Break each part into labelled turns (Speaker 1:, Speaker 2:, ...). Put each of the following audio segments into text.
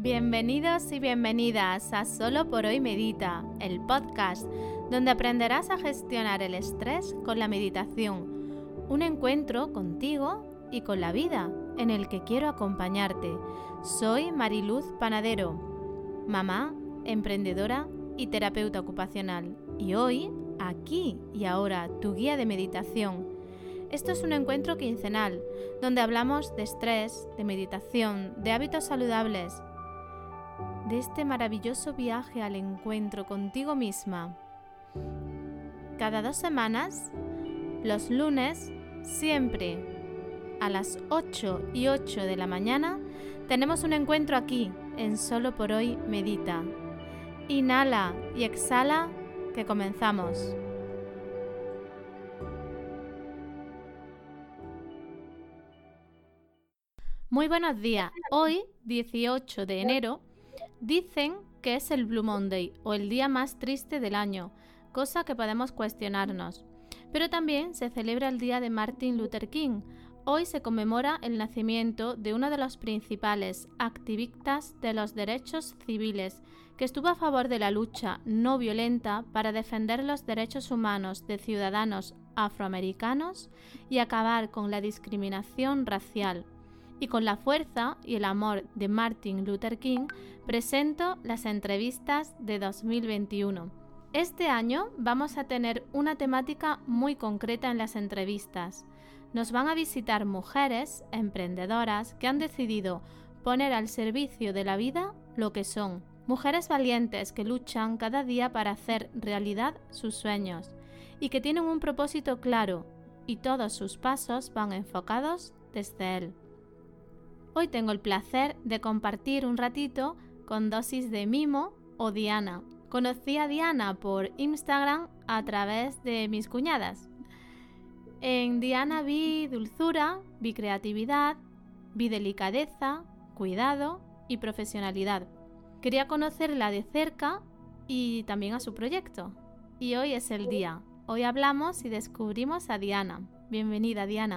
Speaker 1: Bienvenidos y bienvenidas a Solo por Hoy Medita, el podcast donde aprenderás a gestionar el estrés con la meditación. Un encuentro contigo y con la vida en el que quiero acompañarte. Soy Mariluz Panadero, mamá, emprendedora y terapeuta ocupacional. Y hoy, aquí y ahora, tu guía de meditación. Esto es un encuentro quincenal donde hablamos de estrés, de meditación, de hábitos saludables, de este maravilloso viaje al encuentro contigo misma. Cada 2 semanas, los lunes, siempre a las 8:08 de la mañana, tenemos un encuentro aquí, en Solo por Hoy Medita. Inhala y exhala, que comenzamos. Muy buenos días. Hoy, 18 de enero, dicen que es el Blue Monday o el día más triste del año, cosa que podemos cuestionarnos. Pero también se celebra el día de Martin Luther King. Hoy se conmemora el nacimiento de uno de los principales activistas de los derechos civiles, que estuvo a favor de la lucha no violenta para defender los derechos humanos de ciudadanos afroamericanos y acabar con la discriminación racial. Y con la fuerza y el amor de Martin Luther King, presento las entrevistas de 2021. Este año vamos a tener una temática muy concreta en las entrevistas. Nos van a visitar mujeres emprendedoras que han decidido poner al servicio de la vida lo que son. Mujeres valientes que luchan cada día para hacer realidad sus sueños y que tienen un propósito claro y todos sus pasos van enfocados desde él. Hoy tengo el placer de compartir un ratito con Dosis de Mimo o Diana. Conocí a Diana por Instagram a través de mis cuñadas. En Diana vi dulzura, vi creatividad, vi delicadeza, cuidado y profesionalidad. Quería conocerla de cerca y también a su proyecto. Y hoy es el día. Hoy hablamos y descubrimos a Diana. Bienvenida, Diana.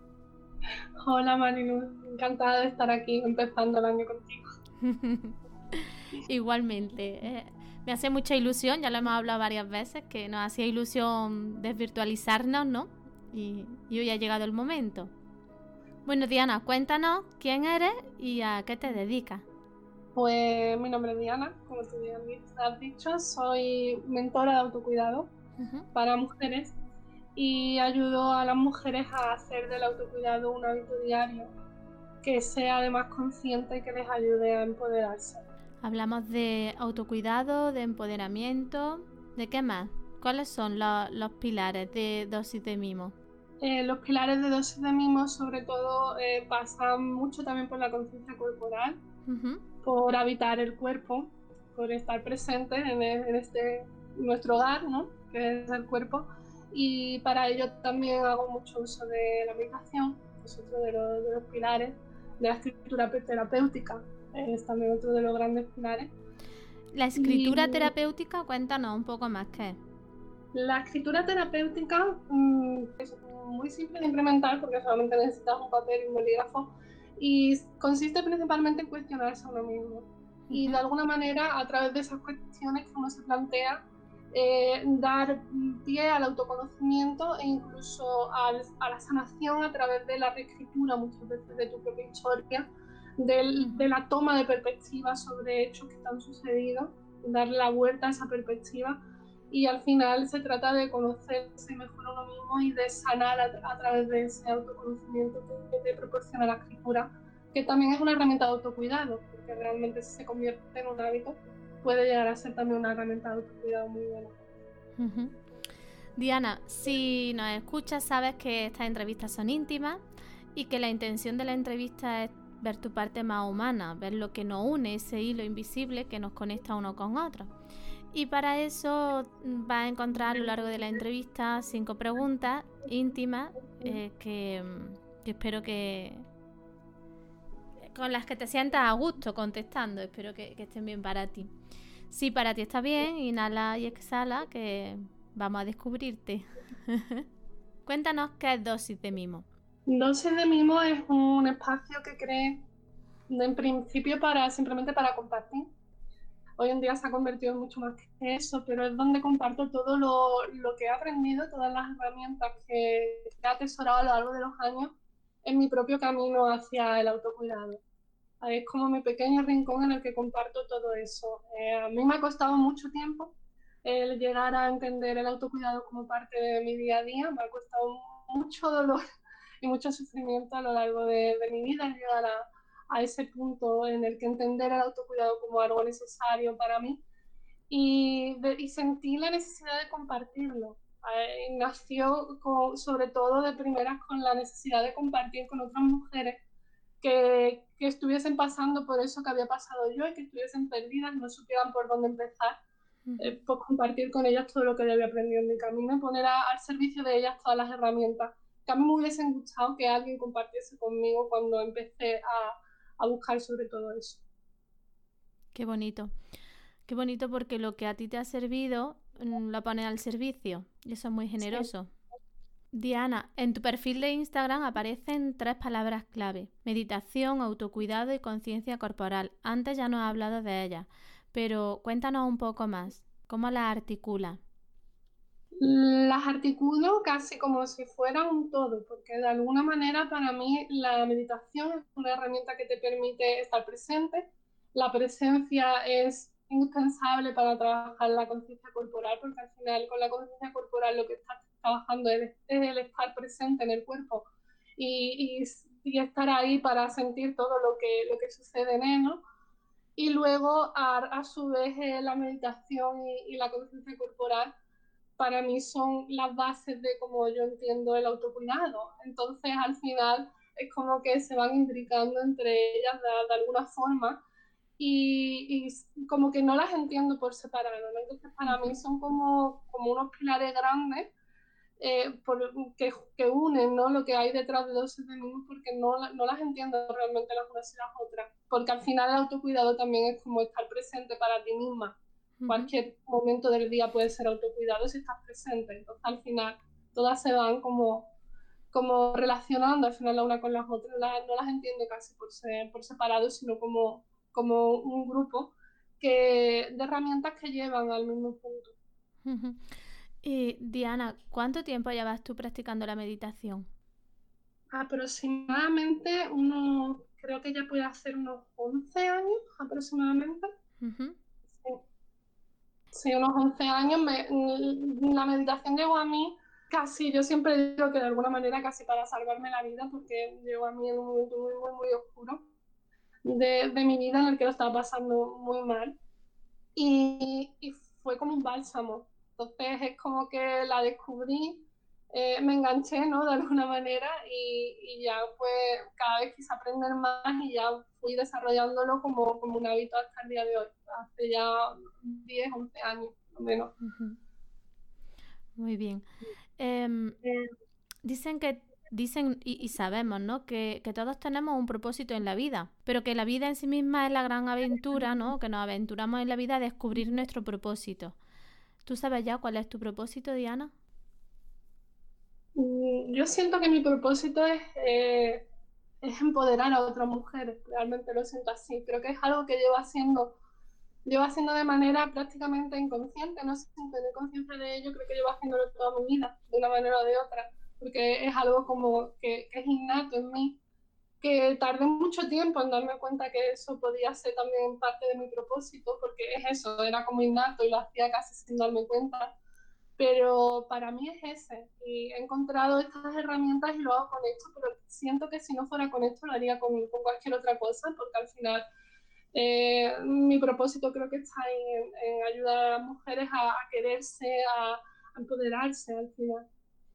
Speaker 2: Hola Marilu, encantada de estar aquí empezando el año contigo.
Speaker 1: Igualmente, me hace mucha ilusión, ya lo hemos hablado varias veces, que nos hacía ilusión desvirtualizarnos, ¿no? Y hoy ha llegado el momento. Bueno, Diana, cuéntanos quién eres y a qué te dedicas.
Speaker 2: Pues mi nombre es Diana, como tú bien has dicho, soy mentora de autocuidado para mujeres y ayudo a las mujeres a hacer del autocuidado un hábito diario que sea además consciente y que les ayude a empoderarse.
Speaker 1: Hablamos de autocuidado, de empoderamiento, ¿de qué más? ¿Cuáles son los pilares de Dosis de Mimo?
Speaker 2: Los pilares de Dosis de Mimo sobre todo pasan mucho también por la conciencia corporal, por habitar el cuerpo, por estar presente en nuestro hogar, ¿no? Que es el cuerpo. Y para ello también hago mucho uso de la meditación, que es otro de los pilares, de la escritura terapéutica, es también otro de los grandes pilares.
Speaker 1: La escritura terapéutica, cuéntanos un poco más qué es.
Speaker 2: La escritura terapéutica es muy simple de implementar porque solamente necesitas un papel y un bolígrafo y consiste principalmente en cuestionarse a uno mismo. Y de alguna manera, a través de esas cuestiones que uno se plantea, dar pie al autoconocimiento e incluso a la sanación a través de la reescritura muchas veces de tu propia historia, de la toma de perspectiva sobre hechos que te han sucedido, darle la vuelta a esa perspectiva, y al final se trata de conocerse mejor a uno mismo y de sanar a través de ese autoconocimiento que te proporciona la escritura, que también es una herramienta de autocuidado, porque realmente si se convierte en un hábito puede llegar a ser también una herramienta de autocuidado muy buena.
Speaker 1: Diana, si nos escuchas sabes que estas entrevistas son íntimas y que la intención de la entrevista es ver tu parte más humana, ver lo que nos une, ese hilo invisible que nos conecta uno con otro. Y para eso vas a encontrar a lo largo de la entrevista 5 preguntas íntimas que espero que con las que te sientas a gusto contestando. Espero que estén bien para ti. Si para ti está bien, inhala y exhala, que vamos a descubrirte. Cuéntanos qué es Dosis de Mimo.
Speaker 2: Dosis de Mimo es un espacio que creé En principio simplemente para compartir. Hoy en día se ha convertido en mucho más que eso, pero es donde comparto todo lo que he aprendido, todas las herramientas que he atesorado a lo largo de los años en mi propio camino hacia el autocuidado. Es como mi pequeño rincón en el que comparto todo eso. A mí me ha costado mucho tiempo el llegar a entender el autocuidado como parte de mi día a día. Me ha costado mucho dolor y mucho sufrimiento a lo largo de mi vida llegar a ese punto en el que entender el autocuidado como algo necesario para mí y sentí la necesidad de compartirlo. Nació sobre todo de primeras con la necesidad de compartir con otras mujeres que estuviesen pasando por eso que había pasado yo y que estuviesen perdidas, no supieran por dónde empezar, pues compartir con ellas todo lo que yo había aprendido en mi camino y poner al servicio de ellas todas las herramientas que a mí me hubiesen gustado que alguien compartiese conmigo cuando empecé a buscar sobre todo eso.
Speaker 1: Qué bonito. Qué bonito porque lo que a ti te ha servido lo pones al servicio y eso es muy generoso. Sí. Diana, en tu perfil de Instagram aparecen 3 palabras clave: meditación, autocuidado y conciencia corporal. Antes ya nos has hablado de ellas, pero cuéntanos un poco más. ¿Cómo las articulas?
Speaker 2: Las articulo casi como si fuera un todo, porque de alguna manera para mí la meditación es una herramienta que te permite estar presente. La presencia es indispensable para trabajar la conciencia corporal, porque al final con la conciencia corporal lo que estás trabajando es el estar presente en el cuerpo y estar ahí para sentir todo lo que sucede en él, ¿no? Y luego a su vez la meditación y la conciencia corporal para mí son las bases de cómo yo entiendo el autocuidado. Entonces, al final, es como que se van imbricando entre ellas de alguna forma y como que no las entiendo por separado, ¿no? Entonces, para mí son como unos pilares grandes que unen, ¿no? Lo que hay detrás de dos seres mismos, porque no las entiendo realmente las unas y las otras. Porque al final el autocuidado también es como estar presente para ti misma. Cualquier momento del día puede ser autocuidado si estás presente. Entonces, al final, todas se van como relacionando al final la una con las otras. No las entiendo casi por separado, sino como un grupo de herramientas que llevan al mismo punto.
Speaker 1: Y Diana, ¿cuánto tiempo llevas tú practicando la meditación?
Speaker 2: Aproximadamente creo que ya puede hacer unos 11 años aproximadamente. Sí, unos 11 años. La meditación llegó a mí casi, yo siempre digo que de alguna manera casi para salvarme la vida, porque llegó a mí en un momento muy, muy, muy oscuro de mi vida en el que lo estaba pasando muy mal. Y fue como un bálsamo. Entonces es como que la descubrí, me enganché, ¿no? De alguna manera y ya pues cada vez quise aprender más y ya fui desarrollándolo como un hábito hasta el día de hoy, hace ya 10, 11 años, o menos.
Speaker 1: Muy bien. Dicen y sabemos, ¿no? Que todos tenemos un propósito en la vida, pero que la vida en sí misma es la gran aventura, ¿no? Que nos aventuramos en la vida a descubrir nuestro propósito. ¿Tú sabes ya cuál es tu propósito, Diana?
Speaker 2: Yo siento que mi propósito es empoderar a otras mujeres, realmente lo siento así. Creo que es algo que llevo haciendo de manera prácticamente inconsciente, no sin tener conciencia de ello, creo que llevo haciéndolo toda mi vida, de una manera o de otra, porque es algo como que es innato en mí, que tardé mucho tiempo en darme cuenta que eso podía ser también parte de mi propósito, porque es eso, era como innato y lo hacía casi sin darme cuenta, pero para mí es ese, y he encontrado estas herramientas y lo hago con esto, pero siento que si no fuera con esto lo haría con cualquier otra cosa, porque al final mi propósito creo que está en ayudar a las mujeres a quererse, a empoderarse al final.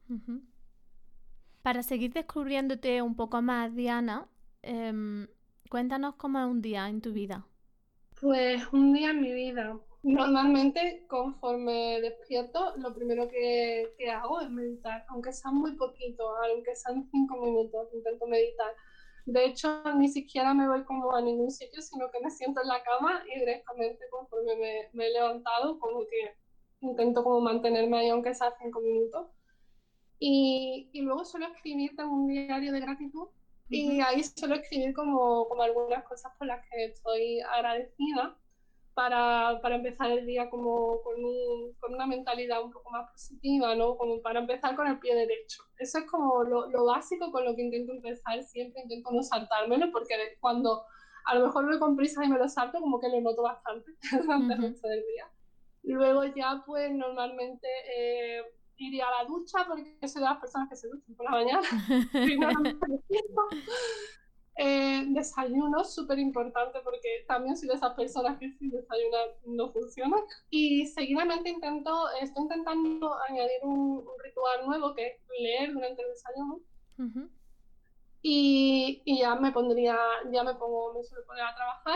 Speaker 1: Para seguir descubriéndote un poco más, Diana, cuéntanos cómo es un día en tu vida.
Speaker 2: Pues un día en mi vida. Normalmente, conforme despierto, lo primero que hago es meditar, aunque sea muy poquito, aunque sean 5 minutos, intento meditar. De hecho, ni siquiera me voy como a ningún sitio, sino que me siento en la cama y directamente conforme me he levantado, como que intento como mantenerme ahí, aunque sea 5 minutos. Y luego suelo escribir en un diario de gratitud Y ahí suelo escribir como algunas cosas por las que estoy agradecida para empezar el día como con una mentalidad un poco más positiva, ¿no? Como para empezar con el pie derecho. Eso es como lo básico con lo que intento empezar siempre, intento no saltármelo, porque cuando a lo mejor me con prisa y me lo salto, como que lo noto bastante durante el resto del día. Luego ya pues normalmente iría a la ducha, porque soy de las personas que se duchan por la mañana. Desayuno, súper importante, porque también soy de esas personas que sin desayunar no funciona. Y seguidamente estoy intentando añadir un ritual nuevo, que es leer durante el desayuno. Y ya me suelo poner a trabajar.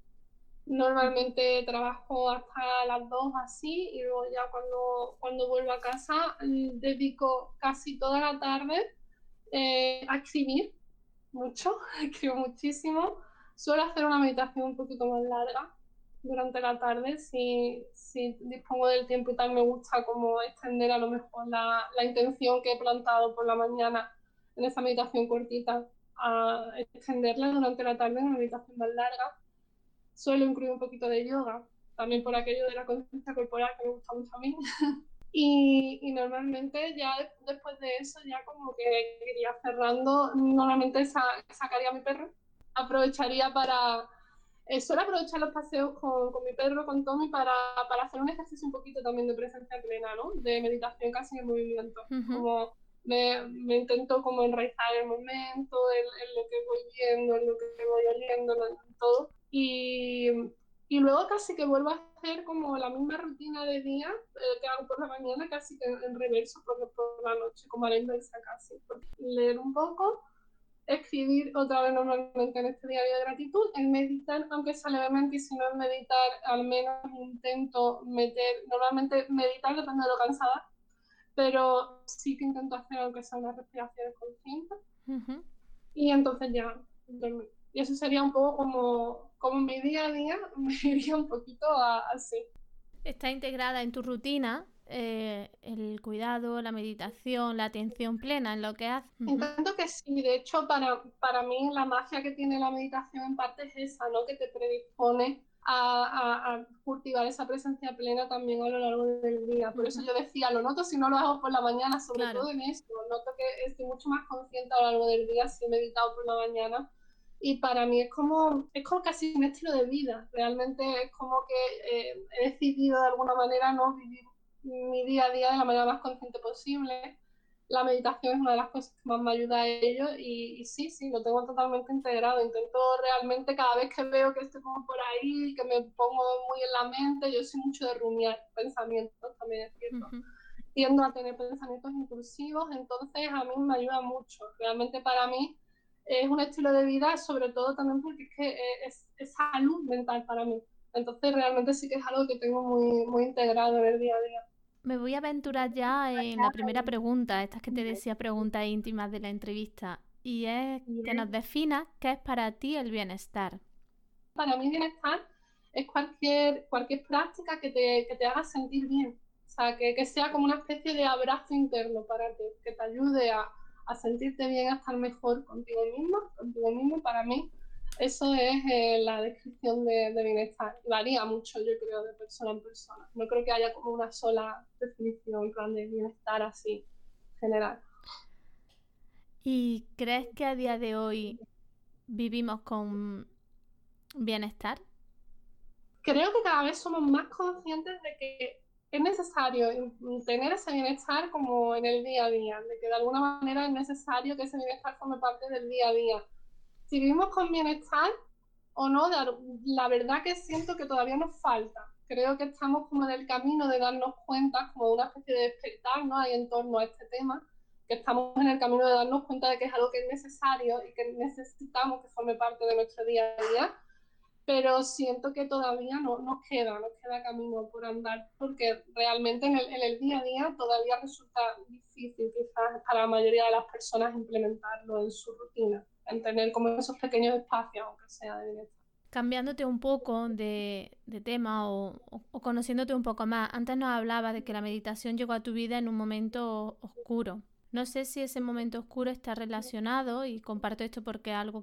Speaker 2: Normalmente trabajo hasta las 2 así, y luego ya cuando vuelvo a casa dedico casi toda la tarde a escribir mucho, escribo muchísimo. Suelo hacer una meditación un poquito más larga durante la tarde, si dispongo del tiempo y tal. Me gusta como extender a lo mejor la intención que he plantado por la mañana en esa meditación cortita, a extenderla durante la tarde en una meditación más larga. Suelo incluir un poquito de yoga, también por aquello de la conciencia corporal que me gusta mucho a mí. Y normalmente ya después de eso, ya como que iría cerrando. Normalmente sacaría a mi perro, aprovecharía suelo aprovechar los paseos con mi perro, con Tommy, para hacer un ejercicio un poquito también de presencia plena, ¿no? De meditación casi en movimiento. Como me intento como enraizar el momento, en lo que voy viendo, en lo que voy oliendo, en todo. Y luego casi que vuelvo a hacer como la misma rutina de día que hago por la mañana, casi que en reverso por la noche, como a la inversa casi. Leer un poco, escribir otra vez normalmente en este diario de gratitud, en meditar, aunque sea levemente, y si no es meditar, al menos intento normalmente meditar depende de lo cansada, pero sí que intento hacer aunque sea unas respiraciones conscientes. Y entonces ya dormir. Y eso sería un poco como mi día a día, me iría un poquito así.
Speaker 1: ¿Está integrada en tu rutina el cuidado, la meditación, la atención plena en lo que haces?
Speaker 2: Intento que sí. De hecho, para mí la magia que tiene la meditación en parte es esa, ¿no? Que te predispone a cultivar esa presencia plena también a lo largo del día. Por eso yo decía, lo noto si no lo hago por la mañana, sobre todo en esto. Noto que estoy mucho más consciente a lo largo del día si he meditado por la mañana. Y para mí es como casi un estilo de vida. Realmente es como que he decidido de alguna manera no vivir mi día a día de la manera más consciente posible. La meditación es una de las cosas que más me ayuda a ello, y sí, lo tengo totalmente integrado. Intento realmente, cada vez que veo que estoy como por ahí, que me pongo muy en la mente, yo soy mucho de rumiar pensamientos, también es cierto. Tiendo a tener pensamientos intrusivos, entonces a mí me ayuda mucho. Realmente para mí es un estilo de vida, sobre todo también porque es que es salud mental para mí. Entonces realmente sí que es algo que tengo muy, muy integrado en el día a día.
Speaker 1: Me voy a aventurar ya en la primera pregunta, estas que te decía, preguntas íntimas de la entrevista, y es que nos definas qué es para ti el bienestar.
Speaker 2: Para mí bienestar es cualquier práctica que te haga sentir bien. O sea, que sea como una especie de abrazo interno para ti, que te ayude a sentirte bien, a estar mejor contigo mismo. Para mí eso es la descripción de bienestar. Y varía mucho, yo creo, de persona en persona. No creo que haya como una sola definición en plan de bienestar así, general.
Speaker 1: ¿Y crees que a día de hoy vivimos con bienestar?
Speaker 2: Creo que cada vez somos más conscientes de que es necesario tener ese bienestar como en el día a día, de que de alguna manera es necesario que ese bienestar forme parte del día a día. Si vivimos con bienestar o no, la verdad que siento que todavía nos falta. Creo que estamos como en el camino de darnos cuenta, como una especie de despertar, ¿no? Hay en torno a este tema, que estamos en el camino de darnos cuenta de que es algo que es necesario y que necesitamos que forme parte de nuestro día a día. Pero siento que todavía nos queda camino por andar, porque realmente en el día a día todavía resulta difícil quizás para la mayoría de las personas implementarlo en su rutina, en tener como esos pequeños espacios, aunque sea de bienestar.
Speaker 1: Cambiándote un poco de tema o conociéndote un poco más, antes nos hablabas de que la meditación llegó a tu vida en un momento oscuro. No sé si ese momento oscuro está relacionado, y comparto esto porque es algo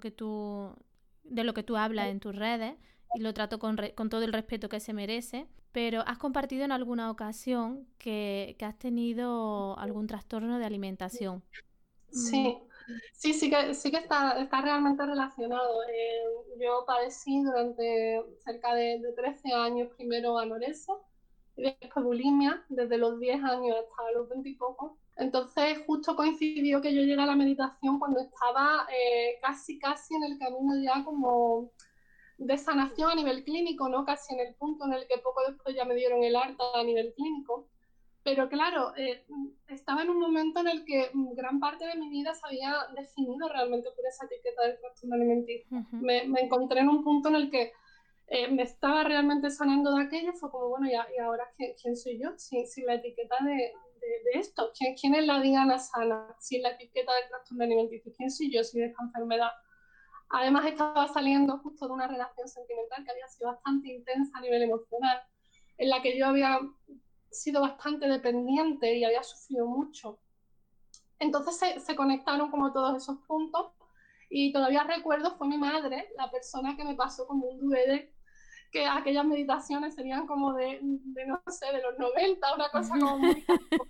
Speaker 1: de lo que tú hablas en tus redes, y lo trato con todo el respeto que se merece, pero has compartido en alguna ocasión que has tenido algún trastorno de alimentación.
Speaker 2: Sí, sí que está realmente relacionado. Yo padecí durante cerca de 13 años primero anorexia y después bulimia, desde los 10 años hasta los 20 y poco. Entonces justo coincidió que yo llegué a la meditación cuando estaba casi en el camino ya como de sanación a nivel clínico, ¿no? Casi en el punto en el que poco después ya me dieron el alta a nivel clínico. Pero claro, estaba en un momento en el que gran parte de mi vida se había definido realmente por esa etiqueta del trastorno alimenticio. Me encontré en un punto en el que me estaba realmente sanando de aquello. Fue como, bueno, ¿y ahora quién soy yo? Sin la etiqueta de esto. ¿Quién es la Diana sana sin la etiqueta del trastorno alimenticio? ¿Quién soy yo sin esta enfermedad? Además, estaba saliendo justo de una relación sentimental que había sido bastante intensa a nivel emocional, en la que yo había sido bastante dependiente y había sufrido mucho. Entonces se conectaron como todos esos puntos, y todavía recuerdo, fue mi madre la persona que me pasó como un DVD, que aquellas meditaciones serían como no sé, de los 90, una cosa como muy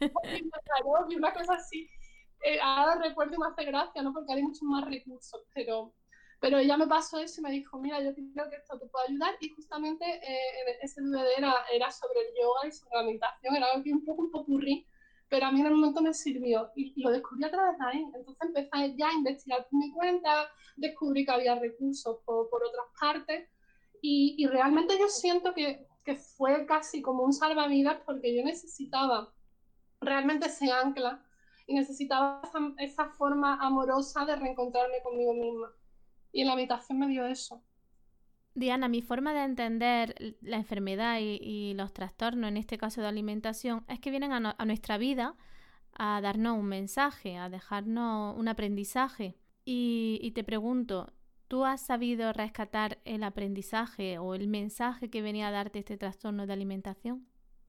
Speaker 2: una cosa así. Ahora recuerdo y me hace gracia, ¿no? Porque hay muchos más recursos, pero ella me pasó eso y me dijo, mira, yo creo que esto te puede ayudar. Y justamente ese DVD era sobre el yoga y sobre la meditación, era algo que un poco un popurrí, pero a mí en el momento me sirvió y lo descubrí a través de ahí. Entonces empecé ya a investigar por mi cuenta, descubrí que había recursos por otras partes, y realmente yo siento que fue casi como un salvavidas, porque yo necesitaba realmente ese ancla y necesitaba esa forma amorosa de reencontrarme conmigo misma. Y en la habitación me dio eso.
Speaker 1: Diana, mi forma de entender la enfermedad y los trastornos, en este caso de alimentación, es que vienen a nuestra vida a darnos un mensaje, a dejarnos un aprendizaje. Y te pregunto, ¿tú has sabido rescatar el aprendizaje o el mensaje que venía a darte este trastorno de alimentación?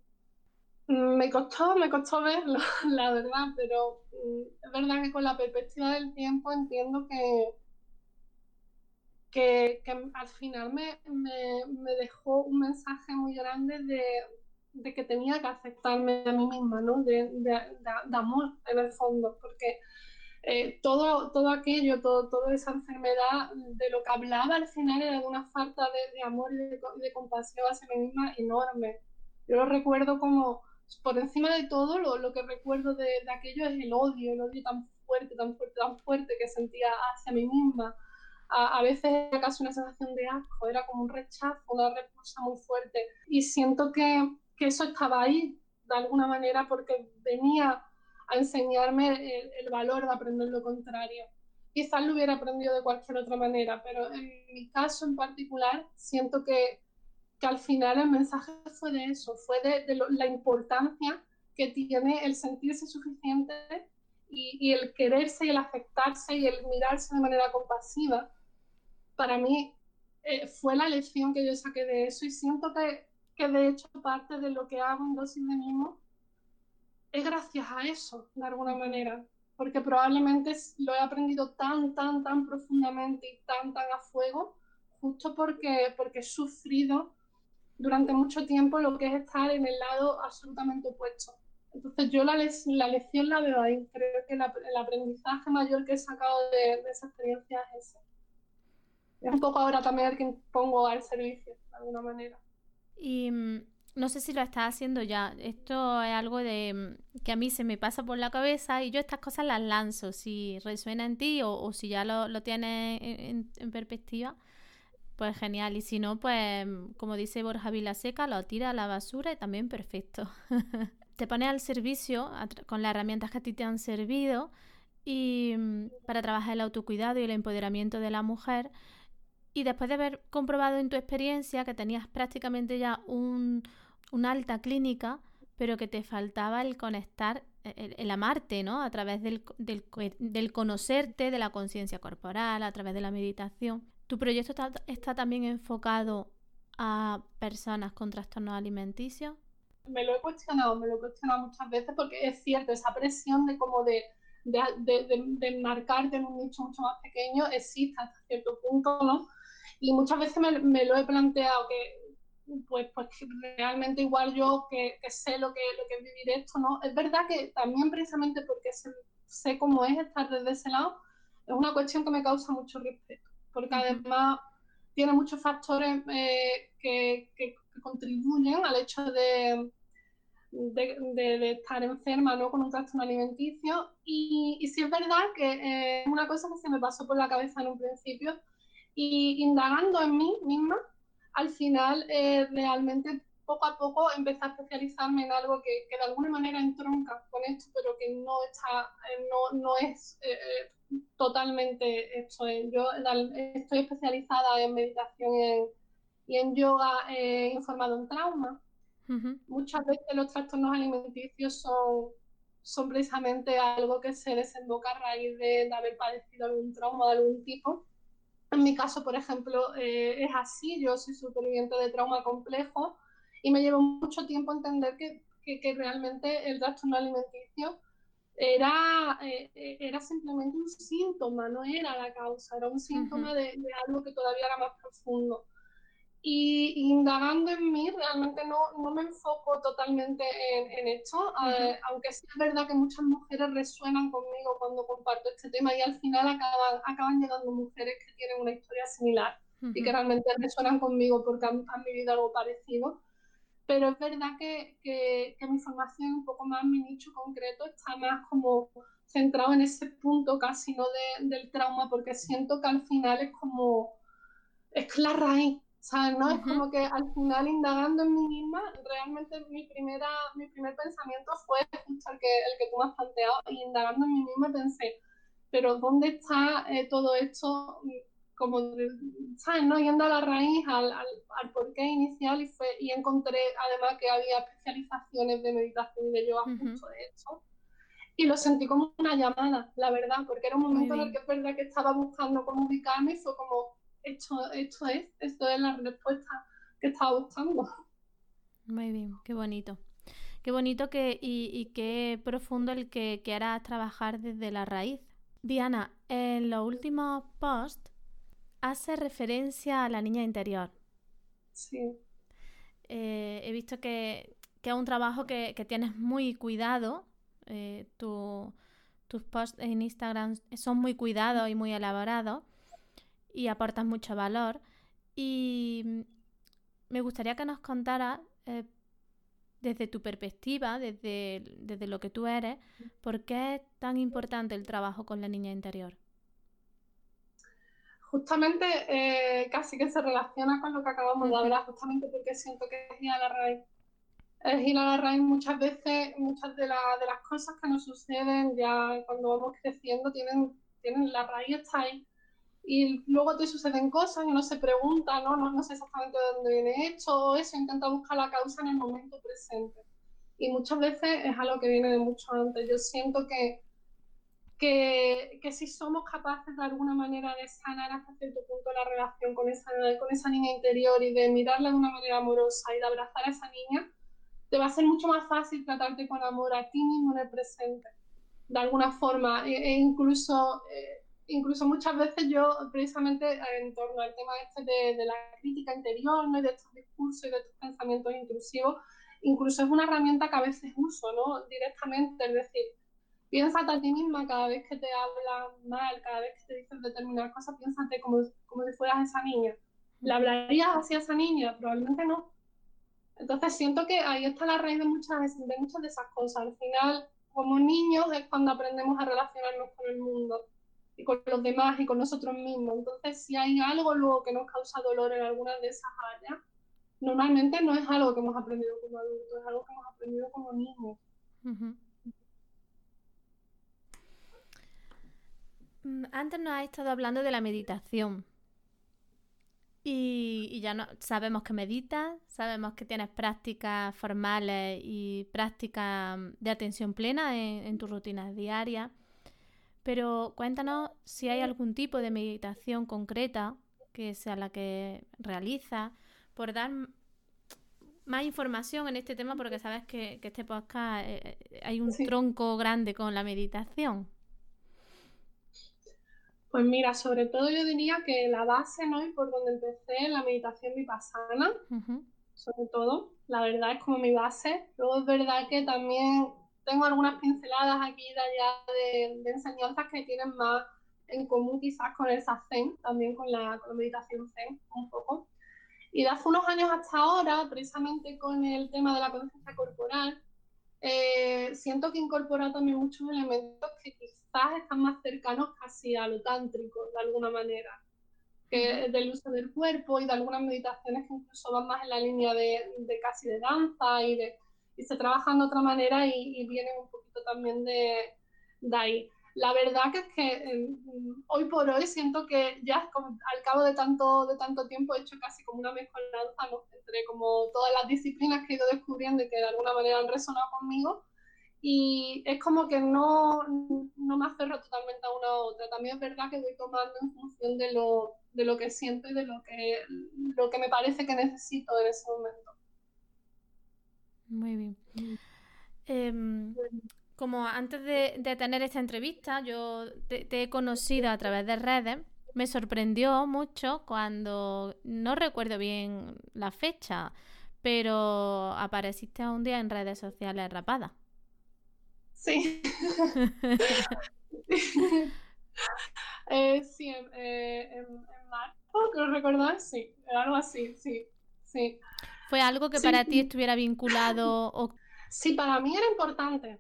Speaker 2: Me costó verlo, la verdad, pero es verdad que con la perspectiva del tiempo entiendo que al final me dejó un mensaje muy grande de que tenía que aceptarme a mí misma, ¿no? De amor, en el fondo, porque todo aquello, toda esa enfermedad, de lo que hablaba al final era de una falta de amor y de compasión hacia mí misma enorme. Yo lo recuerdo como, por encima de todo, lo que recuerdo de aquello es el odio tan fuerte, tan fuerte, tan fuerte que sentía hacia mí misma. A veces era casi una sensación de asco, era como un rechazo, una repulsa muy fuerte. Y siento que eso estaba ahí, de alguna manera, porque venía a enseñarme el valor de aprender lo contrario. Quizás lo hubiera aprendido de cualquier otra manera, pero en mi caso en particular siento que al final el mensaje fue de eso, fue de la importancia que tiene el sentirse suficiente y el quererse y el aceptarse y el mirarse de manera compasiva. Para mí fue la lección que yo saqué de eso, y siento que de hecho parte de lo que hago en Dosis de Mimo es gracias a eso, de alguna manera, porque probablemente lo he aprendido tan profundamente y tan a fuego, justo porque he sufrido durante mucho tiempo lo que es estar en el lado absolutamente opuesto. Entonces yo la lección la veo ahí. Creo que el aprendizaje mayor que he sacado de esa experiencia es ese. Es un poco ahora también el que pongo al servicio, de alguna manera.
Speaker 1: Y no sé si lo estás haciendo ya. Esto es algo que a mí se me pasa por la cabeza, y yo estas cosas las lanzo. Si resuena en ti o si ya lo tienes en perspectiva, pues genial. Y si no, pues como dice Borja Vilaseca, lo tira a la basura y también perfecto. Te pones al servicio con las herramientas que a ti te han servido, y para trabajar el autocuidado y el empoderamiento de la mujer. Y después de haber comprobado en tu experiencia que tenías prácticamente ya una alta clínica, pero que te faltaba el conectar, el amarte, ¿no? A través del conocerte, de la conciencia corporal, a través de la meditación. ¿Tu proyecto está también enfocado a personas con trastornos alimenticios?
Speaker 2: Me lo he cuestionado muchas veces, porque es cierto, esa presión de de marcarte en un nicho mucho más pequeño existe hasta cierto punto, ¿no? Y muchas veces me lo he planteado pues que realmente igual yo que sé lo que es vivir esto, ¿no? Es verdad que también precisamente porque sé cómo es estar desde ese lado, es una cuestión que me causa mucho respeto, porque además tiene muchos factores que contribuyen al hecho de estar enferma, ¿no? Con un trastorno alimenticio. Y sí es verdad que es una cosa que se me pasó por la cabeza en un principio, y indagando en mí misma, al final realmente poco a poco empecé a especializarme en algo que de alguna manera entronca con esto, pero que no está, no es totalmente esto. Yo estoy especializada en meditación y en yoga informado en trauma. Muchas veces los trastornos alimenticios son precisamente algo que se desemboca a raíz de haber padecido algún trauma de algún tipo. En mi caso, por ejemplo, es así. Yo soy superviviente de trauma complejo y me llevó mucho tiempo entender que realmente el trastorno alimenticio era simplemente un síntoma, no era la causa, era un síntoma de algo que todavía era más profundo. Y indagando en mí, realmente no me enfoco totalmente en esto, aunque sí es verdad que muchas mujeres resuenan conmigo cuando comparto este tema, y al final acaban llegando mujeres que tienen una historia similar y que realmente resuenan conmigo porque han vivido algo parecido. Pero es verdad que mi formación, un poco más mi nicho concreto, está más como centrado en ese punto casi no del trauma, porque siento que al final es la raíz, ¿sabes? ¿No? Es como que al final, indagando en mí misma, realmente mi primer pensamiento fue justo el que tú me has planteado, y indagando en mí misma pensé, pero ¿dónde está todo esto? Como, ¿sabes? ¿No? Yendo a la raíz, al porqué inicial, y encontré además que había especializaciones de meditación y de yoga justo de esto. Y lo sentí como una llamada, la verdad, porque era un momento en el que es verdad que estaba buscando cómo ubicarme, y fue como, esto es la respuesta que estaba buscando.
Speaker 1: Muy bien, qué bonito. Qué bonito y qué profundo el que quieras trabajar desde la raíz. Diana, en los últimos posts hace referencia a la niña interior.
Speaker 2: Sí.
Speaker 1: He visto que es un trabajo que tienes muy cuidado. Tus posts en Instagram son muy cuidados y muy elaborados y aportan mucho valor. Y me gustaría que nos contaras, desde tu perspectiva, desde lo que tú eres, ¿por qué es tan importante el trabajo con la niña interior?
Speaker 2: Justamente casi que se relaciona con lo que acabamos de hablar, justamente porque siento que es ir a la raíz. Es ir a la raíz. Muchas veces, muchas de las cosas que nos suceden ya cuando vamos creciendo tienen la raíz está ahí. Y luego te suceden cosas y uno se pregunta, no sé exactamente de dónde viene esto o eso, intenta buscar la causa en el momento presente. Y muchas veces es algo que viene de mucho antes. Yo siento que si somos capaces de alguna manera de sanar hasta cierto punto la relación con esa niña interior, y de mirarla de una manera amorosa y de abrazar a esa niña, te va a ser mucho más fácil tratarte con amor a ti mismo en el presente, de alguna forma. Incluso muchas veces yo, precisamente en torno al tema este de la crítica interior, ¿no? Y de estos discursos y de estos pensamientos intrusivos, incluso es una herramienta que a veces uso, ¿no? Directamente, es decir, piénsate a ti misma cada vez que te hablan mal, cada vez que te dicen determinadas cosas, piénsate como si fueras esa niña. ¿Le hablarías así a esa niña? Probablemente no. Entonces siento que ahí está la raíz de muchas de esas cosas. Al final, como niños es cuando aprendemos a relacionarnos con el mundo y con los demás y con nosotros mismos. Entonces, si hay algo luego que nos causa dolor en alguna de esas áreas, normalmente no es algo que hemos aprendido como adultos, es algo que hemos aprendido como niños.
Speaker 1: Antes nos has estado hablando de la meditación. Y ya no, sabemos que meditas, sabemos que tienes prácticas formales y prácticas de atención plena en tus rutinas diarias. Pero cuéntanos si hay algún tipo de meditación concreta que sea la que realizas, por dar más información en este tema, porque sabes que este podcast hay un tronco grande con la meditación.
Speaker 2: Pues mira, sobre todo yo diría que la base, ¿no? Y por donde empecé, la meditación vipassana, sobre todo, la verdad es como mi base. Luego es verdad que también tengo algunas pinceladas aquí y de allá de enseñanzas que tienen más en común quizás con el Zazen, también con la meditación Zen, un poco. Y de hace unos años hasta ahora, precisamente con el tema de la conciencia corporal, siento que incorpora también muchos elementos que quizás están más cercanos casi a lo tántrico, de alguna manera, que del uso del cuerpo y de algunas meditaciones que incluso van más en la línea de casi de danza y se trabajan de otra manera y vienen un poquito también de ahí. La verdad que es que hoy por hoy siento que ya como, al cabo de tanto tiempo he hecho casi como una mezcolanza, ¿no? Entre como todas las disciplinas que he ido descubriendo y que de alguna manera han resonado conmigo, y es como que no me aferro totalmente a una u otra. También es verdad que voy tomando en función de lo que siento y de lo que me parece que necesito en ese momento.
Speaker 1: Muy bien. Como antes de tener esta entrevista, yo te he conocido a través de redes. Me sorprendió mucho cuando, no recuerdo bien la fecha, pero apareciste un día en redes sociales rapada.
Speaker 2: Sí. Sí, en marzo, creo recordar, sí, algo así, sí.
Speaker 1: ¿Fue algo que para ti estuviera vinculado?
Speaker 2: Sí, para mí era importante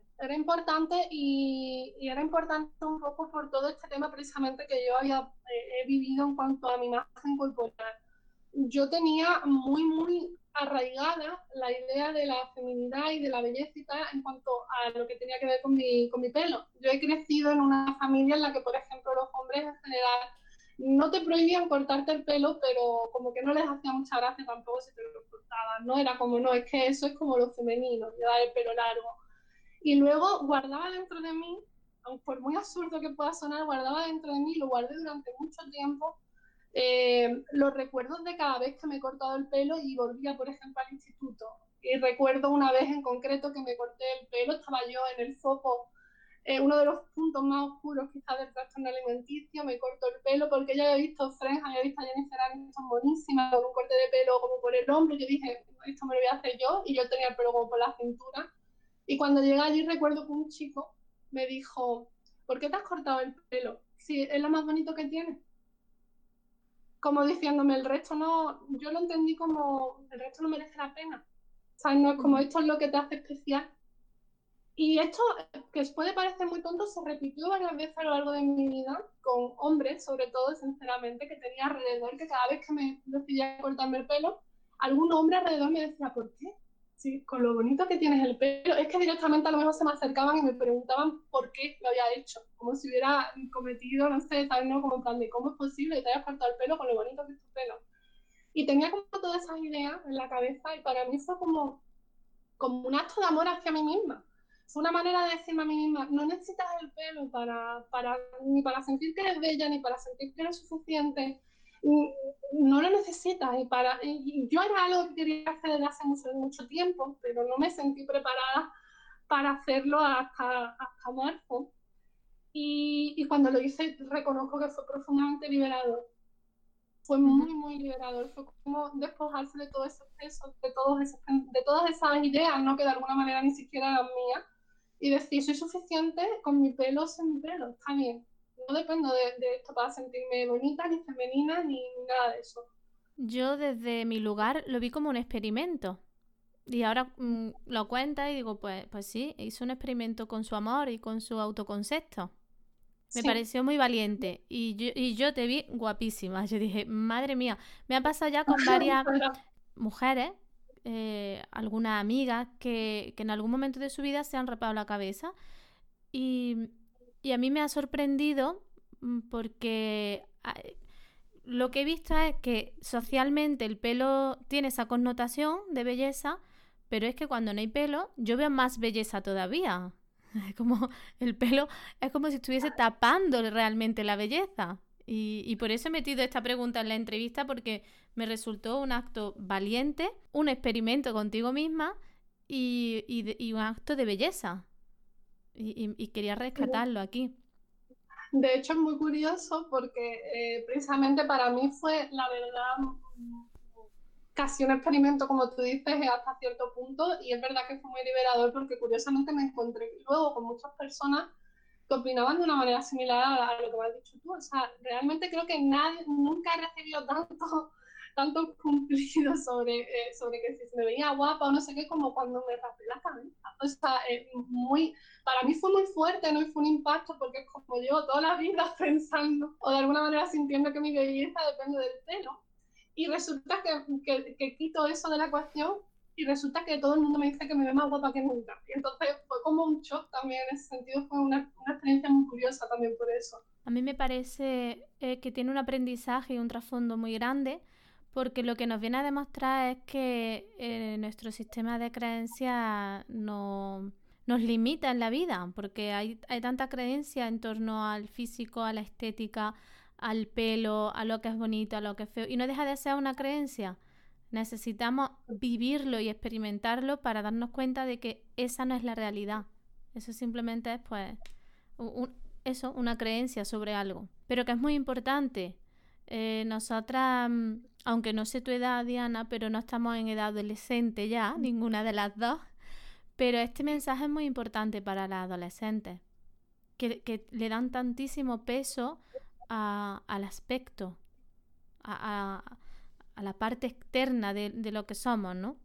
Speaker 2: y era importante un poco por todo este tema precisamente que yo había vivido en cuanto a mi imagen corporal. Yo tenía muy arraigada la idea de la feminidad y de la belleza y tal en cuanto a lo que tenía que ver con mi pelo. Yo he crecido en una familia en la que, por ejemplo, los hombres en general no te prohibían cortarte el pelo, pero como que no les hacía mucha gracia tampoco si te lo cortaban, ¿no? Era como, no, es que eso es como lo femenino, llevar el pelo largo. Y luego guardaba dentro de mí, aunque por muy absurdo que pueda sonar, guardaba dentro de mí, lo guardé durante mucho tiempo, los recuerdos de cada vez que me he cortado el pelo y volvía, por ejemplo, al instituto. Y recuerdo una vez en concreto que me corté el pelo, estaba yo en el foco, uno de los puntos más oscuros quizás del trastorno alimenticio, me corto el pelo porque ya había visto Friends, había visto a Jennifer Aniston buenísima, con un corte de pelo como por el hombro, y yo dije, esto me lo voy a hacer yo, y yo tenía el pelo como por la cintura. Y cuando llegué allí recuerdo que un chico me dijo, ¿por qué te has cortado el pelo? Si es lo más bonito que tienes. Como diciéndome, el resto no, yo lo entendí como, el resto no merece la pena. O sea, no es como esto es lo que te hace especial. Y esto, que puede parecer muy tonto, se repitió varias veces a lo largo de mi vida, con hombres, sobre todo, sinceramente, que tenía alrededor, que cada vez que me decidía cortarme el pelo, algún hombre alrededor me decía, ¿por qué? Sí, con lo bonito que tienes el pelo. Es que directamente a lo mejor se me acercaban y me preguntaban por qué lo había hecho, como si hubiera cometido, no sé, tal, no, como en plan de cómo es posible que te hayas cortado el pelo con lo bonito que es tu pelo. Y tenía como todas esas ideas en la cabeza y para mí fue como un acto de amor hacia mí misma. Fue una manera de decirme a mí misma, no necesitas el pelo ni para sentir que eres bella, ni para sentir que eres suficiente, no lo necesitas. Y yo era algo que quería hacer desde hace mucho tiempo, pero no me sentí preparada para hacerlo hasta marzo. Y cuando lo hice, reconozco que fue profundamente liberador. Fue muy liberador. Fue como despojarse de todos esos pesos, de todas esas ideas, ¿no? Que de alguna manera ni siquiera eran mías. Y decir, soy suficiente con mi pelo o sin mi pelo, está bien. No dependo de esto para sentirme bonita, ni femenina, ni nada de eso.
Speaker 1: Yo desde mi lugar lo vi como un experimento. Y ahora lo cuenta y digo, pues sí, hizo un experimento con su amor y con su autoconcepto. Me pareció muy valiente. Y yo te vi guapísima. Yo dije, madre mía, me ha pasado ya con varias mujeres, algunas amigas que en algún momento de su vida se han rapado la cabeza. Y a mí me ha sorprendido porque lo que he visto es que socialmente el pelo tiene esa connotación de belleza, pero es que cuando no hay pelo yo veo más belleza todavía. Como el pelo es como si estuviese tapando realmente la belleza. Y por eso he metido esta pregunta en la entrevista, porque me resultó un acto valiente, un experimento contigo misma y un acto de belleza. Y quería rescatarlo aquí.
Speaker 2: De hecho, es muy curioso porque precisamente para mí fue, la verdad, casi un experimento, como tú dices, hasta cierto punto, y es verdad que fue muy liberador porque curiosamente me encontré luego con muchas personas que opinaban de una manera similar a lo que me has dicho tú. O sea, realmente creo que nunca he recibido tanto cumplido sobre que si me veía guapa o no sé qué, como cuando me raspé la cabeza. O sea, para mí fue muy fuerte, ¿no? Y fue un impacto porque es como llevo toda la vida pensando o de alguna manera sintiendo que mi belleza depende del pelo. Y resulta que quito eso de la ecuación y resulta que todo el mundo me dice que me ve más guapa que nunca. Y entonces fue como un shock también en ese sentido, fue una experiencia muy curiosa también por eso.
Speaker 1: A mí me parece que tiene un aprendizaje y un trasfondo muy grande, porque lo que nos viene a demostrar es que nuestro sistema de creencias no, nos limita en la vida, porque hay tanta creencia en torno al físico, a la estética, al pelo, a lo que es bonito, a lo que es feo, y no deja de ser una creencia. Necesitamos vivirlo y experimentarlo para darnos cuenta de que esa no es la realidad. Eso simplemente es, pues, un, eso, una creencia sobre algo. Pero que es muy importante. Nosotras, aunque no sé tu edad, Diana, pero no estamos en edad adolescente ya, ninguna de las dos. Pero este mensaje es muy importante para las adolescentes, que le dan tantísimo peso al aspecto, a, a la parte externa de lo que somos, ¿no?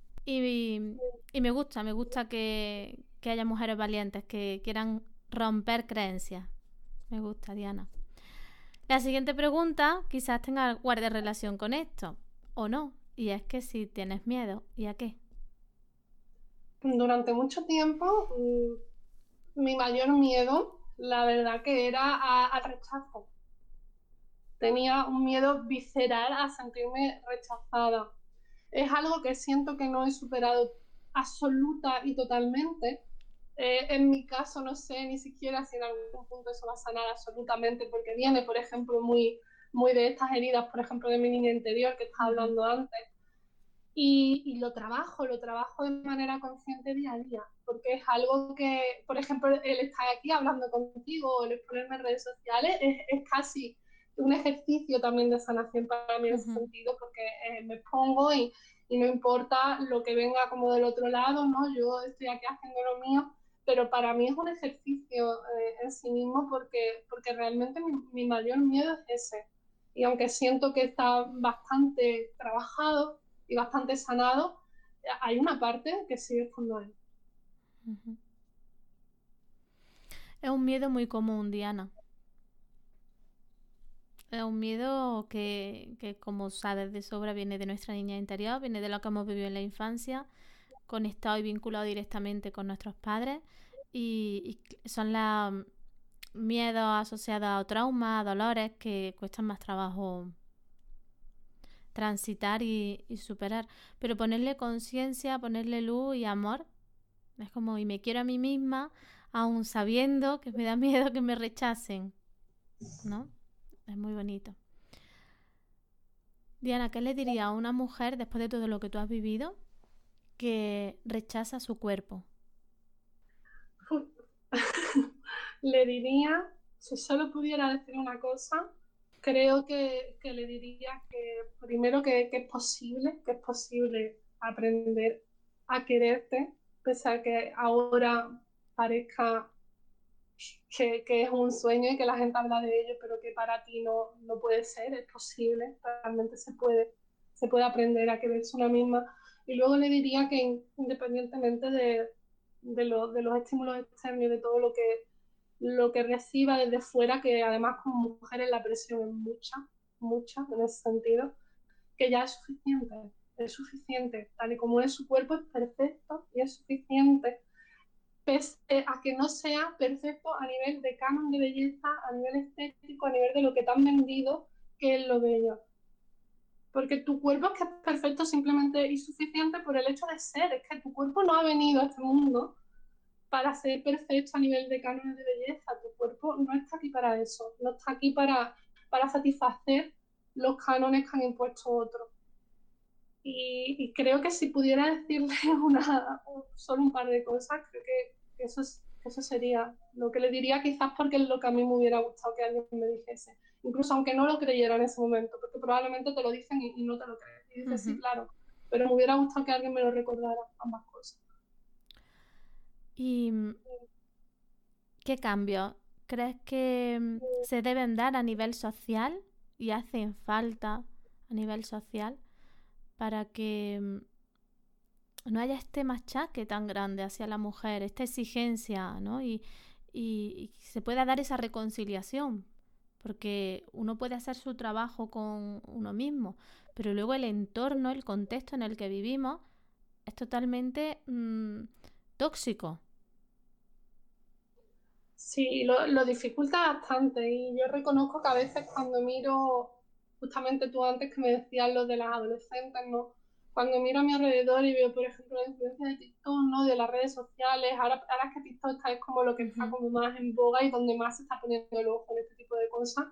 Speaker 1: Y me gusta que haya mujeres valientes que quieran romper creencias. Me gusta, Diana. La siguiente pregunta quizás guarde relación con esto, o no. Y es que si tienes miedo, ¿y a qué?
Speaker 2: Durante mucho tiempo, mi mayor miedo, la verdad que era al rechazo. Tenía un miedo visceral a sentirme rechazada. Es algo que siento que no he superado absoluta y totalmente. En mi caso, no sé ni siquiera si en algún punto eso va a sanar absolutamente, porque viene, por ejemplo, muy de estas heridas, por ejemplo, de mi niña interior que estaba hablando antes. Y lo trabajo de manera consciente día a día, porque es algo que, por ejemplo, el estar aquí hablando contigo o el exponerme en redes sociales es casi un ejercicio también de sanación para mí en ese sentido, porque me expongo y no importa lo que venga como del otro lado, ¿no? Yo estoy aquí haciendo lo mío, pero para mí es un ejercicio en sí mismo porque realmente mi mayor miedo es ese. Y aunque siento que está bastante trabajado, y bastante sanado, hay una parte que sigue estando ahí.
Speaker 1: Es un miedo muy común, Diana. Es un miedo que, como sabes de sobra, viene de nuestra niña interior, viene de lo que hemos vivido en la infancia, conectado y vinculado directamente con nuestros padres. Y son los miedos asociados a traumas, a dolores que cuestan más trabajo transitar y superar. Pero ponerle conciencia, ponerle luz y amor, es como, y me quiero a mí misma, aún sabiendo que me da miedo que me rechacen, ¿no? Es muy bonito. Diana, ¿qué le diría a una mujer, después de todo lo que tú has vivido, que rechaza su cuerpo?
Speaker 2: Le diría, si solo pudiera decir una cosa, creo que le diría que primero que es posible aprender a quererte, pese a que ahora parezca que es un sueño y que la gente habla de ello, pero que para ti no puede ser, es posible, realmente se puede aprender a quererse una misma. Y luego le diría que independientemente de los estímulos externos y de todo lo que reciba desde fuera, que además como mujeres la presión es mucha en ese sentido, que ya es suficiente, tal y como es su cuerpo es perfecto y es suficiente, pese a que no sea perfecto a nivel de canon de belleza, a nivel estético, a nivel de lo que te han vendido, que es lo bello. Porque tu cuerpo es que es perfecto simplemente y suficiente por el hecho de ser, es que tu cuerpo no ha venido a este mundo para ser perfecto a nivel de cánones de belleza. Tu cuerpo no está aquí para eso, no está aquí para satisfacer los cánones que han impuesto otros. Y creo que si pudiera decirle solo un par de cosas, creo que eso Eso sería lo que le diría, quizás porque es lo que a mí me hubiera gustado que alguien me dijese. Incluso aunque no lo creyera en ese momento, porque probablemente te lo dicen y no te lo crees. Y dices, sí, claro, pero me hubiera gustado que alguien me lo recordara, ambas cosas.
Speaker 1: ¿Y qué cambios crees que se deben dar a nivel social y hacen falta a nivel social para que no haya este machaque tan grande hacia la mujer, esta exigencia, ¿no? Y se pueda dar esa reconciliación, porque uno puede hacer su trabajo con uno mismo, pero luego el entorno, el contexto en el que vivimos es totalmente tóxico.
Speaker 2: Sí, lo dificulta bastante y yo reconozco que a veces cuando miro, justamente tú antes que me decías lo de las adolescentes, ¿no? Cuando miro a mi alrededor y veo, por ejemplo, la influencia de TikTok, ¿no? De las redes sociales, ahora es que TikTok es como lo que está como más en boga y donde más se está poniendo el ojo en este tipo de cosas.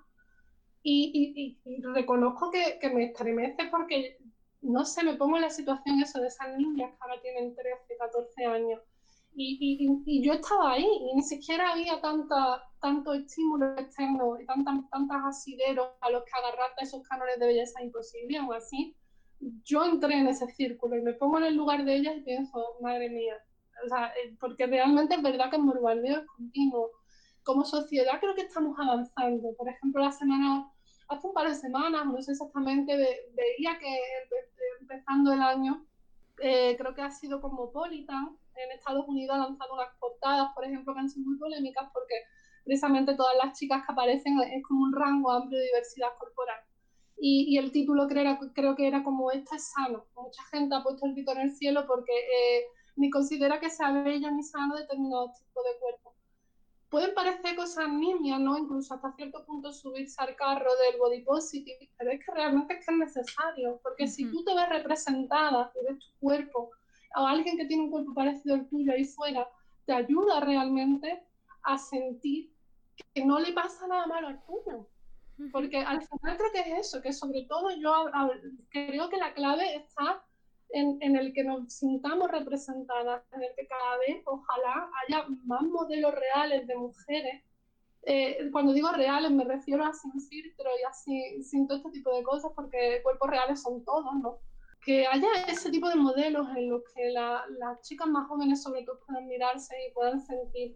Speaker 2: Y reconozco que me estremece porque, no sé, me pongo en la situación eso de esas niñas que ahora tienen 13, 14 años. Y yo estaba ahí y ni siquiera había tanto estímulo externo y tantas asideros a los que agarrarte esos cánones de belleza imposible. Aún así, yo entré en ese círculo y me pongo en el lugar de ellas y pienso, madre mía, o sea, porque realmente es verdad que el bombardeo es continuo. Como sociedad creo que estamos avanzando. Por ejemplo, hace un par de semanas, no sé exactamente, veía que empezando el año, creo que ha sido Cosmopolitan en Estados Unidos ha lanzado unas portadas, por ejemplo, que han sido muy polémicas porque precisamente todas las chicas que aparecen es como un rango amplio de diversidad corporal. Y el título creo que era como esto es sano. Mucha gente ha puesto el pito en el cielo porque ni considera que sea bello ni sano determinados tipos de cuerpo. Pueden parecer cosas nimias, ¿no? Incluso hasta cierto punto subirse al carro del body positive, pero es que realmente es necesario, porque si tú te ves representada y ves tu cuerpo, o alguien que tiene un cuerpo parecido al tuyo ahí fuera, te ayuda realmente a sentir que no le pasa nada malo al tuyo. Porque al final creo que es eso, que sobre todo yo creo que la clave está en el que nos sintamos representadas, en el que cada vez ojalá haya más modelos reales de mujeres. Cuando digo reales me refiero a sin filtro y así, sin todo este tipo de cosas, porque cuerpos reales son todos, ¿no? Que haya ese tipo de modelos en los que las chicas más jóvenes sobre todo puedan mirarse y puedan sentir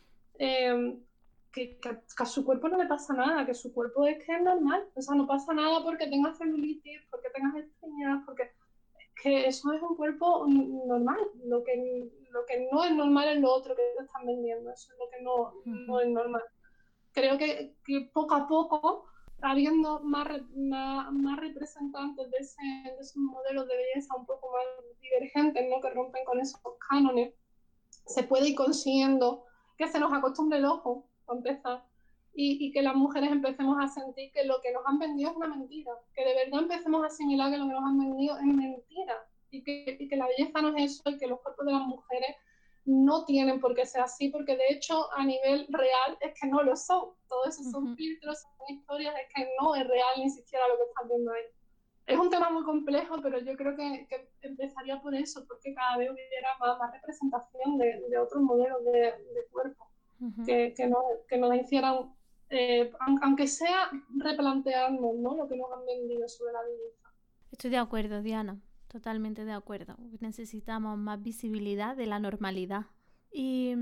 Speaker 2: que a su cuerpo no le pasa nada, que su cuerpo es que es normal, o sea, no pasa nada porque tengas celulitis, porque tengas estrías, porque es que eso es un cuerpo normal, lo que no es normal es lo otro que te están vendiendo, eso es lo que no es normal. Creo que poco a poco, habiendo más representantes de esos modelos de belleza un poco más divergentes, ¿no? Que rompen con esos cánones, se puede ir consiguiendo que se nos acostumbre el ojo, para empezar, y que las mujeres empecemos a sentir que lo que nos han vendido es una mentira, que de verdad empecemos a asimilar que lo que nos han vendido es mentira, y que la belleza no es eso, y que los cuerpos de las mujeres no tienen por qué ser así, porque de hecho a nivel real es que no lo son, todo eso son filtros, son historias, es que no es real ni siquiera lo que están viendo ahí. Es un tema muy complejo, pero yo creo que empezaría por eso, porque cada vez hubiera más representación de otros modelos de cuerpo que nos hicieran, aunque sea replantearnos, ¿no? Lo que nos han vendido sobre la belleza.
Speaker 1: Estoy de acuerdo, Diana, totalmente de acuerdo. Necesitamos más visibilidad de la normalidad. ¿Y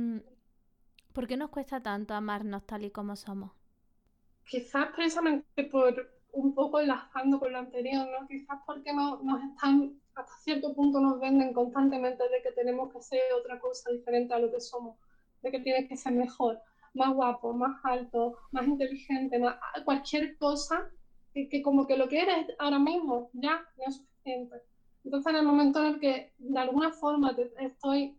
Speaker 1: por qué nos cuesta tanto amarnos tal y como somos?
Speaker 2: Quizás precisamente por un poco enlazando con lo anterior, ¿no? Quizás porque nos están, hasta cierto punto nos venden constantemente de que tenemos que ser otra cosa diferente a lo que somos, de que tienes que ser mejor, más guapo, más alto, más inteligente, cualquier cosa que como que lo que eres ahora mismo ya no es suficiente. Entonces en el momento en el que de alguna forma te estoy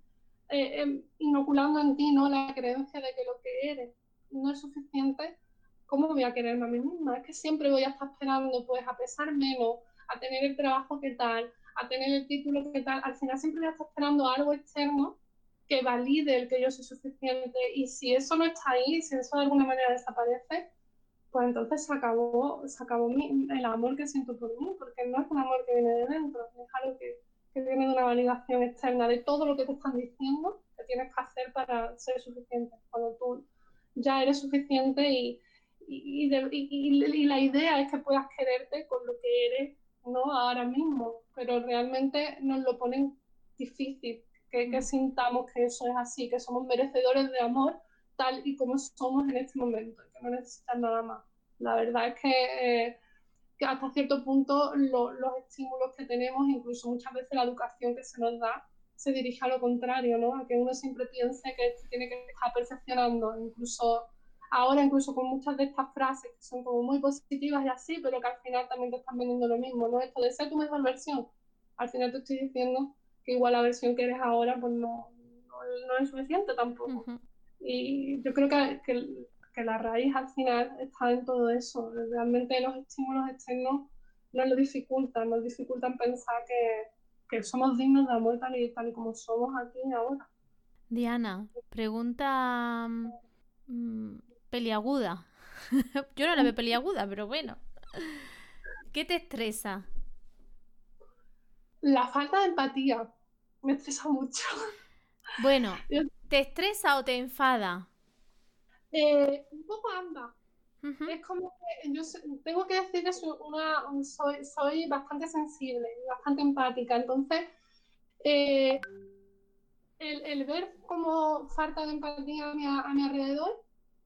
Speaker 2: inoculando en ti, ¿no? La creencia de que lo que eres no es suficiente, ¿cómo voy a quererme a mí misma? Es que siempre voy a estar esperando pues a pesar menos, a tener el trabajo que tal, a tener el título que tal. Al final siempre voy a estar esperando algo externo que valide el que yo soy suficiente, y si eso no está ahí, si eso de alguna manera desaparece, pues entonces se acabó el amor que siento por mí, porque no es un amor que viene de dentro, es algo que que viene de una validación externa de todo lo que te están diciendo que tienes que hacer para ser suficiente, cuando tú ya eres suficiente y la idea es que puedas quererte con lo que eres, ¿no? Ahora mismo, pero realmente nos lo ponen difícil, que sintamos que eso es así, que somos merecedores de amor tal y como somos en este momento, que no necesitan nada más. La verdad es que hasta cierto punto los estímulos que tenemos, incluso muchas veces la educación que se nos da, se dirige a lo contrario, ¿no? A que uno siempre piense que tiene que estar perfeccionando, incluso con muchas de estas frases que son como muy positivas y así, pero que al final también te están vendiendo lo mismo, ¿no? Esto de ser tu mejor versión, al final te estoy diciendo que igual la versión que eres ahora pues no es suficiente tampoco.
Speaker 1: Uh-huh.
Speaker 2: Y yo creo que la raíz al final está en todo eso. Realmente los estímulos externos nos dificultan pensar que somos dignos de amor tal y como somos aquí y ahora.
Speaker 1: Diana, pregunta peliaguda. Yo no la veo peliaguda, pero bueno. ¿Qué te estresa?
Speaker 2: La falta de empatía me estresa mucho.
Speaker 1: Bueno, ¿te estresa o te enfada?
Speaker 2: Un poco ambas.
Speaker 1: Uh-huh.
Speaker 2: Es como que yo tengo que decir que soy bastante sensible y bastante empática. Entonces, el ver como falta de empatía a mi alrededor,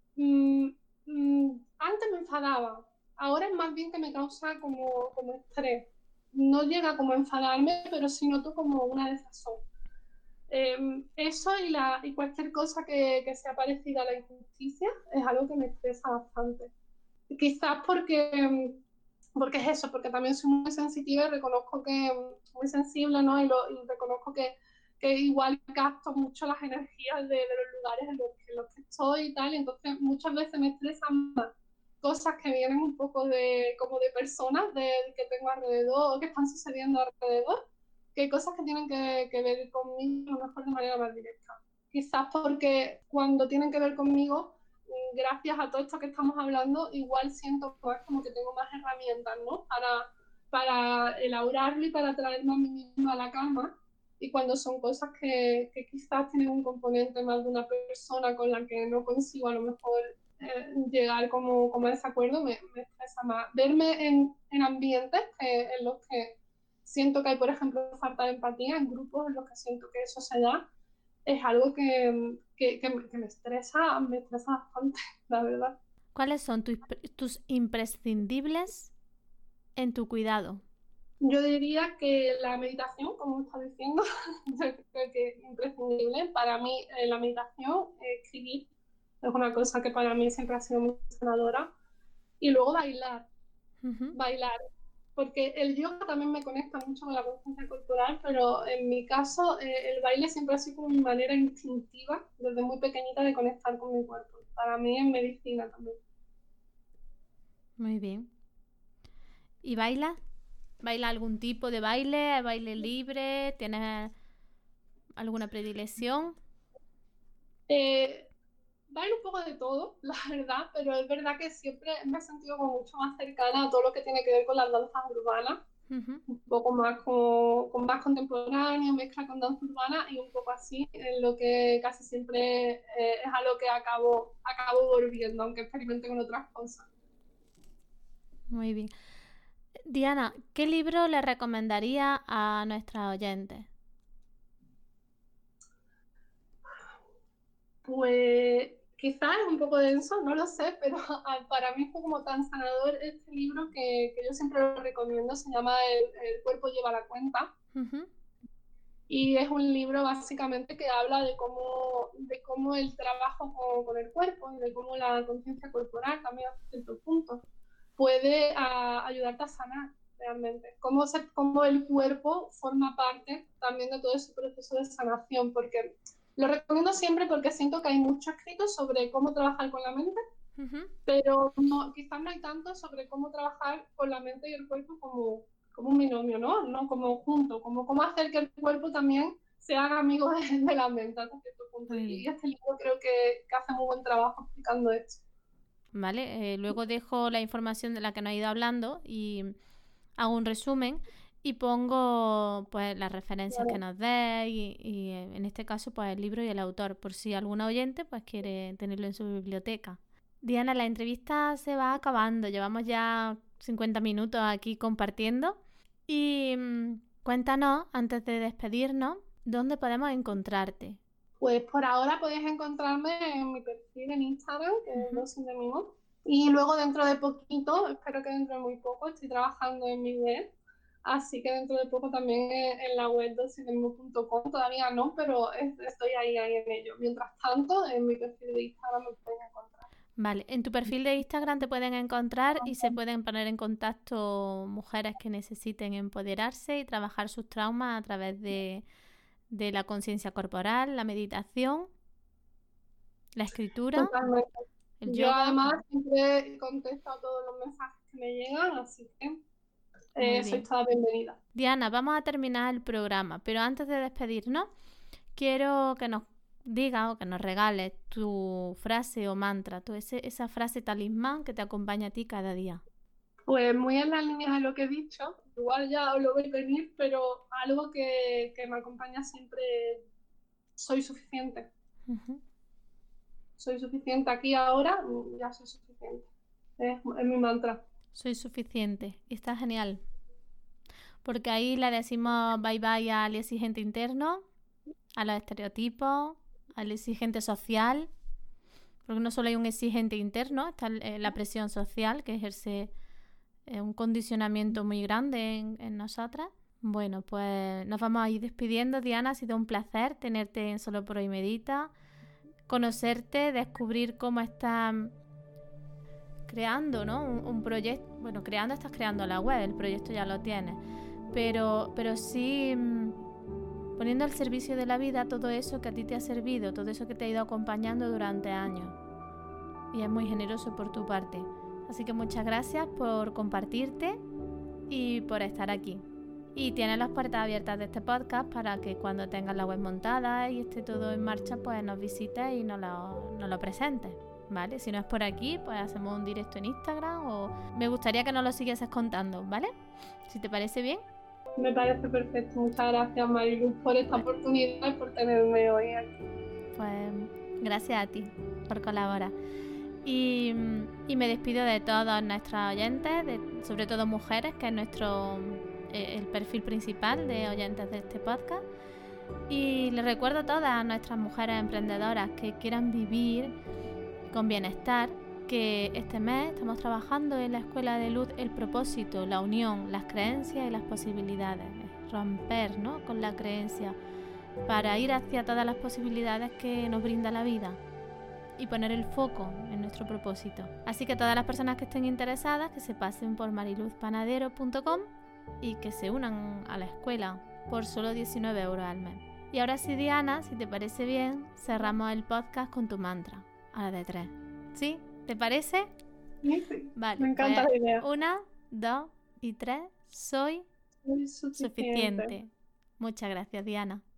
Speaker 2: antes me enfadaba. Ahora es más bien que me causa como estrés. No llega como a enfadarme, pero sí noto como una desazón. Eso y cualquier cosa que sea parecida a la injusticia es algo que me estresa bastante. Quizás porque es eso, porque también soy muy sensitiva y reconozco que muy sensible, ¿no? Y reconozco que igual gasto mucho las energías de los lugares en los que estoy y tal, y entonces muchas veces me estresan más cosas que vienen un poco como de personas que tengo alrededor o que están sucediendo alrededor, que cosas que tienen que ver conmigo a lo mejor de manera más directa. Quizás porque cuando tienen que ver conmigo, gracias a todo esto que estamos hablando, igual siento pues, como que tengo más herramientas, ¿no? Para elaborarlo y para traerme a mí misma a la calma. Y cuando son cosas que quizás tienen un componente más de una persona con la que no consigo a lo mejor llegar como a ese acuerdo, me estresa más. Verme en ambientes en los que siento que hay, por ejemplo, falta de empatía, en grupos en los que siento que eso se da, es algo que me estresa bastante, la verdad.
Speaker 1: ¿Cuáles son tus imprescindibles en tu cuidado?
Speaker 2: Yo diría que la meditación, como está diciendo, yo creo que es imprescindible. Para mí, la meditación, escribir, es una cosa que para mí siempre ha sido muy sanadora. Y luego bailar,
Speaker 1: Uh-huh.
Speaker 2: porque el yoga también me conecta mucho con la conciencia corporal, pero en mi caso el baile siempre ha sido como mi manera instintiva, desde muy pequeñita, de conectar con mi cuerpo. Para mí es medicina también.
Speaker 1: Muy bien. ¿Y baila? ¿Baila algún tipo de baile? ¿Baile libre? ¿Tienes alguna predilección?
Speaker 2: Bailo un poco de todo, la verdad, pero es verdad que siempre me he sentido como mucho más cercana a todo lo que tiene que ver con las danzas urbanas,
Speaker 1: Uh-huh.
Speaker 2: un poco más con más contemporáneo, mezcla con danza urbana y un poco así, en lo que casi siempre es a lo que acabo volviendo, aunque experimente con otras cosas.
Speaker 1: Muy bien. Diana, ¿qué libro le recomendaría a nuestras oyentes?
Speaker 2: Pues quizás es un poco denso, no lo sé, pero para mí fue como tan sanador este libro que yo siempre lo recomiendo, se llama El cuerpo lleva la cuenta.
Speaker 1: Uh-huh.
Speaker 2: Y es un libro básicamente que habla de cómo el trabajo con el cuerpo y de cómo la conciencia corporal también a cierto punto puede ayudarte a sanar realmente. Cómo el cuerpo forma parte también de todo ese proceso de sanación, porque lo recomiendo siempre porque siento que hay mucho escrito sobre cómo trabajar con la mente,
Speaker 1: Uh-huh.
Speaker 2: pero quizás no hay tanto sobre cómo trabajar con la mente y el cuerpo como un binomio, ¿no? No como junto, como cómo hacer que el cuerpo también se haga amigo de la mente hasta cierto punto. Y este libro creo que hace muy buen trabajo explicando esto.
Speaker 1: Vale, luego dejo la información de la que nos ha ido hablando y hago un resumen. y pongo pues las referencias que nos dé y en este caso pues el libro y el autor, por si algún oyente pues quiere tenerlo en su biblioteca. Diana, la entrevista se va acabando, llevamos ya 50 minutos aquí compartiendo y cuéntanos, antes de despedirnos, ¿dónde podemos encontrarte?
Speaker 2: Pues por ahora podéis encontrarme en mi perfil en Instagram, que es Dosis de Mimo. Y luego dentro de poquito, espero que dentro de muy poco, estoy trabajando en mi web. Así que dentro de poco también en la web dosisdemimo.com, todavía no, pero estoy ahí en ello. Mientras tanto, en mi perfil de Instagram me podéis encontrar.
Speaker 1: Vale, en tu perfil de Instagram te pueden encontrar y se pueden poner en contacto mujeres que necesiten empoderarse y trabajar sus traumas a través de la conciencia corporal, la meditación, la escritura,
Speaker 2: Totalmente.
Speaker 1: el
Speaker 2: Yo
Speaker 1: yoga.
Speaker 2: además siempre contesto a todos los mensajes que me llegan, así que sois toda bienvenida.
Speaker 1: Diana, vamos a terminar el programa, pero antes de despedirnos, quiero que nos digas o que nos regales tu frase o mantra, esa frase talismán que te acompaña a ti cada día.
Speaker 2: Pues muy en la línea de lo que he dicho, igual ya lo voy a venir, pero algo que me acompaña siempre, soy suficiente. Soy suficiente aquí ahora, ya soy suficiente. Es mi mantra.
Speaker 1: Soy suficiente. Y está genial. Porque ahí le decimos bye bye al exigente interno, a los estereotipos, al exigente social. Porque no solo hay un exigente interno, está la presión social que ejerce un condicionamiento muy grande en nosotras. Bueno, pues nos vamos a ir despidiendo, Diana. Ha sido un placer tenerte en Solo por Hoy Medita, conocerte, descubrir cómo estás creando, ¿no? Un proyecto. Bueno, estás creando la web, el proyecto ya lo tienes, pero sí poniendo al servicio de la vida todo eso que a ti te ha servido, todo eso que te ha ido acompañando durante años. Y es muy generoso por tu parte. Así que muchas gracias por compartirte y por estar aquí. Y tienes las puertas abiertas de este podcast para que cuando tengas la web montada y esté todo en marcha, pues nos visites y nos lo presentes, ¿vale? Si no es por aquí, pues hacemos un directo en Instagram o me gustaría que nos lo siguieses contando, ¿vale? Si te parece bien.
Speaker 2: Me parece perfecto. Muchas gracias, Marilu, por esta oportunidad y por tenerme hoy aquí.
Speaker 1: Pues gracias a ti por colaborar. Y me despido de todos nuestros oyentes, sobre todo mujeres, que es el perfil principal de oyentes de este podcast. Y les recuerdo a todas nuestras mujeres emprendedoras que quieran vivir con bienestar, que este mes estamos trabajando en la Escuela de Luz el propósito, la unión, las creencias y las posibilidades. Romper, ¿no?, con la creencia para ir hacia todas las posibilidades que nos brinda la vida y poner el foco en nuestro propósito. Así que todas las personas que estén interesadas, que se pasen por mariluzpanadero.com y que se unan a la escuela por solo 19 euros al mes. Y ahora sí, Diana, si te parece bien, cerramos el podcast con tu mantra, a la de 3. ¿Sí? ¿Te parece?
Speaker 2: Sí,
Speaker 1: vale,
Speaker 2: me encanta la idea.
Speaker 1: 1, 2 y 3. Soy
Speaker 2: suficiente.
Speaker 1: Muchas gracias, Diana.